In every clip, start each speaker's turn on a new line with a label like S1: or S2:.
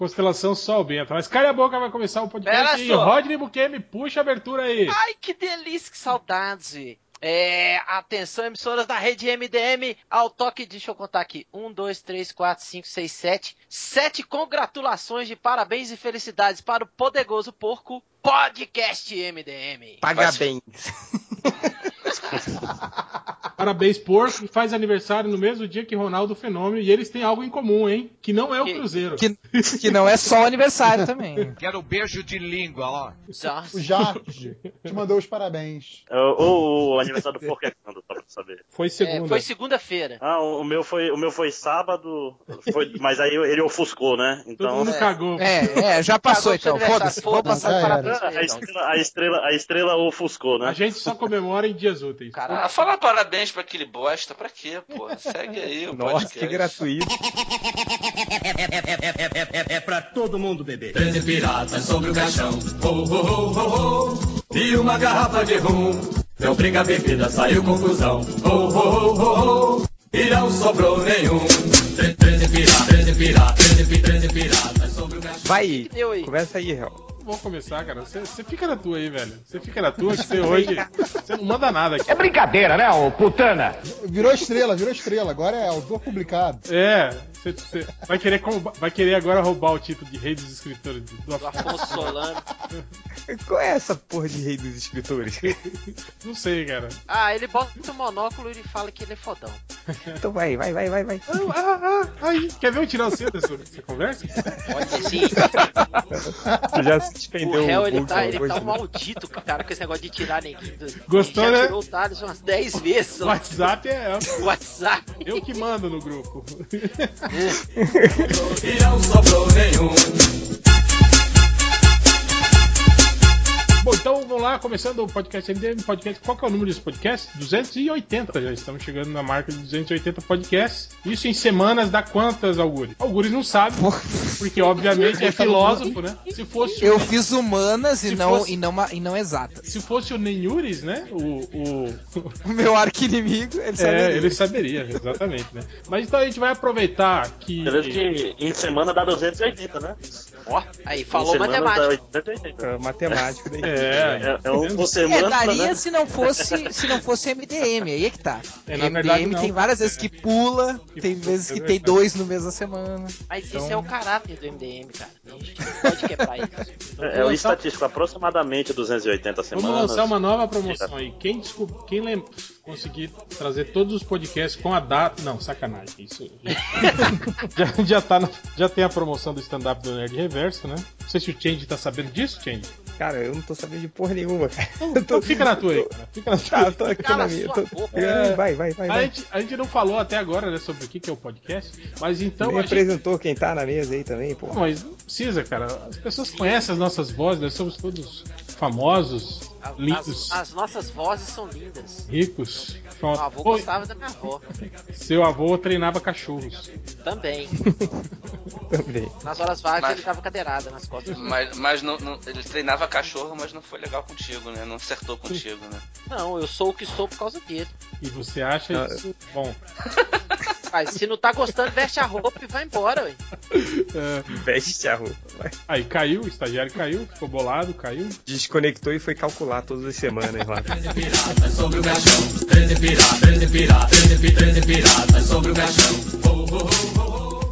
S1: Constelação Sol Bento. Mas cala a boca, vai começar o podcast e Rodney Bukemi, puxa a abertura aí.
S2: Ai, que delícia, que saudade. Atenção, emissoras da rede MDM, ao toque, deixa eu contar aqui, 1, 2, 3, 4, 5, 6, 7, 7 congratulações de parabéns e felicidades para o poderoso porco Podcast MDM.
S3: Parabéns.
S1: Parabéns, porco, que faz aniversário no mesmo dia que Ronaldo Fenômeno, e eles têm algo em comum, hein? Que não é o Cruzeiro.
S4: Que não é só o aniversário também.
S5: Quero beijo de língua, ó.
S6: O Jorge te mandou os parabéns.
S7: O aniversário do porco é quando, só pra saber?
S1: Foi segunda.
S2: Foi segunda-feira.
S7: O meu foi sábado, mas aí ele ofuscou, né? Então...
S1: Todo mundo cagou.
S4: Já passou então, foda-se. Vou passar
S6: parabéns.
S7: A estrela ofuscou, né?
S1: A gente só comemora em dias úteis.
S8: Caralho, falar parabéns pra aquele bosta, pra quê, pô? Segue aí o
S3: Nossa,
S8: podcast.
S3: que gratuito.
S9: É pra todo mundo beber. 13 piratas sobre o caixão, ho, ho, ho, ho, ho. E uma garrafa de rum. Deu briga, a bebida, saiu confusão, ho, ho, ho, ho, ho. E não sobrou nenhum. 13 piratas sobre o caixão.
S3: Vai, começa aí, Real.
S1: Vou começar, cara. Você fica na tua aí, velho. Você fica na tua, que você hoje... Você não manda nada aqui.
S5: É brincadeira, né, ô putana?
S6: Virou estrela. Agora é autor publicado.
S1: Você vai querer agora roubar o título de rei dos escritores do
S2: Afonso Solano.
S3: Qual é essa porra de rei dos escritores?
S1: Não sei, cara.
S2: Ele bota o monóculo e ele fala que ele é fodão.
S3: Então vai.
S1: Aí, quer ver eu tirar você dessa conversa?
S2: Pode sim.
S3: Tu já suspendeu
S2: o réu, ele
S3: Google
S2: tá
S3: hoje,
S2: um maldito, cara, com esse negócio de tirar neguinho.
S1: Gostou,
S2: já
S1: né?
S2: tirou o Thales umas 10 vezes.
S1: O WhatsApp é...
S2: WhatsApp.
S1: Eu que mando no grupo.
S9: E não sobrou nenhum.
S1: Bom, então vamos lá, começando o podcast MDM, podcast. Qual que é o número desse podcast? 280, já estamos chegando na marca de 280 podcasts. Isso em semanas dá quantas, Algures? Algures não sabe, porque obviamente é filósofo, né? Se fosse
S4: eu fiz humanas e não exatas.
S1: Se fosse o Nenhures, né? O
S4: meu arqui-inimigo, ele saberia.
S1: Ele saberia, exatamente, né? Mas então a gente vai aproveitar que...
S7: Beleza que em semana dá 280, né?
S2: Ó, aí falou matemática.
S3: Matemática daí.
S7: Por semana,
S4: daria,
S7: né?
S4: se não fosse MDM, aí é que tá.
S1: MDM
S4: tem várias vezes que pula, tem vezes que tem 2 no mesma semana.
S2: Mas então... isso é o caráter do MDM, cara. A gente pode quebrar isso.
S7: O estatístico, aproximadamente 280 semanas.
S1: Vamos lançar uma nova promoção aí. Quem conseguir trazer todos os podcasts com a data... Não, sacanagem. Isso já tem a promoção do stand-up do Nerd Reverso, né? Não sei se o Change tá sabendo disso, Change.
S3: Cara, eu não tô sabendo de porra nenhuma, cara.
S1: Então fica na tua aí, cara. Fica na tua.
S3: Eu tô aqui na minha. Vai.
S1: A gente não falou até agora, né, sobre o que é o podcast, mas então...
S3: Nem apresentou quem tá na mesa aí também, pô.
S1: Não, mas não precisa, cara. As pessoas conhecem as nossas vozes, nós somos todos famosos, lindos.
S2: As nossas vozes são lindas.
S1: Ricos.
S2: Meu avô gostava da minha avó.
S1: Seu avô treinava cachorros.
S2: Também.
S3: Também.
S2: Nas horas vagas ele dava cadeirada nas costas.
S8: Mas ele treinava cachorro, mas não foi legal contigo, né? Não acertou contigo, né?
S2: Não, eu sou o que sou por causa dele.
S1: E você acha isso bom?
S2: Mas se não tá gostando, veste a roupa e vai embora, ué.
S3: Veste a roupa, vai.
S1: Aí caiu, o estagiário caiu, ficou bolado, caiu.
S3: Desconectou e foi calcular todas as semanas lá.
S9: 13 piratas sobre o caixão, 13 piratas sobre o caixão, ho, ho, ho, ho, ho.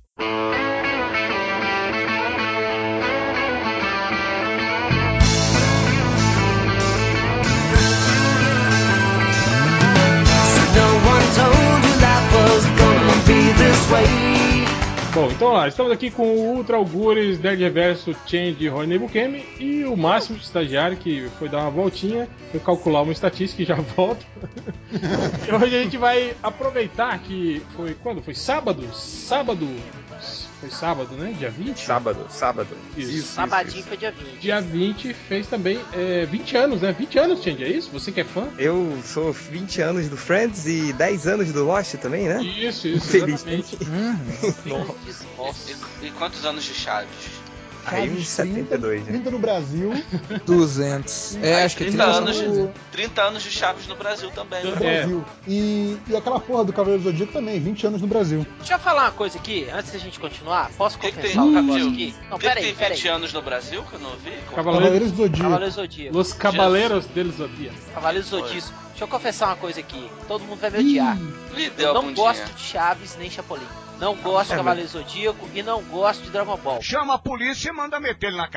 S1: Bom, então lá, estamos aqui com o Ultra Algures, Nerd Reverso, Change, Rodney Bukemi e o Máximo estagiário que foi dar uma voltinha, foi calcular uma estatística e já volta. E hoje a gente vai aproveitar que foi quando? Foi sábado? Foi sábado, né? Dia 20?
S3: Sábado.
S1: Isso.
S2: Sabadinho foi dia 20.
S1: Dia 20 fez também 20 anos, né? 20 anos, Change, é isso? Você que é fã?
S3: Eu sou 20 anos do Friends e 10 anos do Lost também, né?
S1: Isso,
S3: felizmente.
S8: E quantos anos de Chaves?
S3: Aí uns 72, né?
S6: 30 no Brasil.
S4: 200. Acho que
S8: 30 anos,
S6: no
S8: 30 anos de Chaves no Brasil também.
S6: no
S8: Né?
S6: Brasil. E aquela porra do Cavaleiro do Zodíaco também, 20 anos no Brasil.
S2: Deixa eu falar uma coisa aqui, antes da gente continuar. Posso
S8: Que tem,
S2: confessar um negócio
S8: Rafael,
S2: aqui? Não,
S8: que
S2: peraí.
S8: tem 20 anos no Brasil que eu não vi?
S6: Cavaleiros do Zodíaco.
S2: Cavaleiro Zodíaco.
S1: Los Caballeros del Zodíaco.
S2: Cavaleiro Zodíaco. Deixa eu confessar uma coisa aqui. Todo mundo vai me odiar.
S8: Lhe deu
S2: Eu
S8: a
S2: não
S8: bundinha.
S2: gosto de Chaves nem Chapolin. Não gosto de Cavaleiro Zodíaco e não gosto de Dragon Ball.
S5: Chama a polícia e manda meter ele na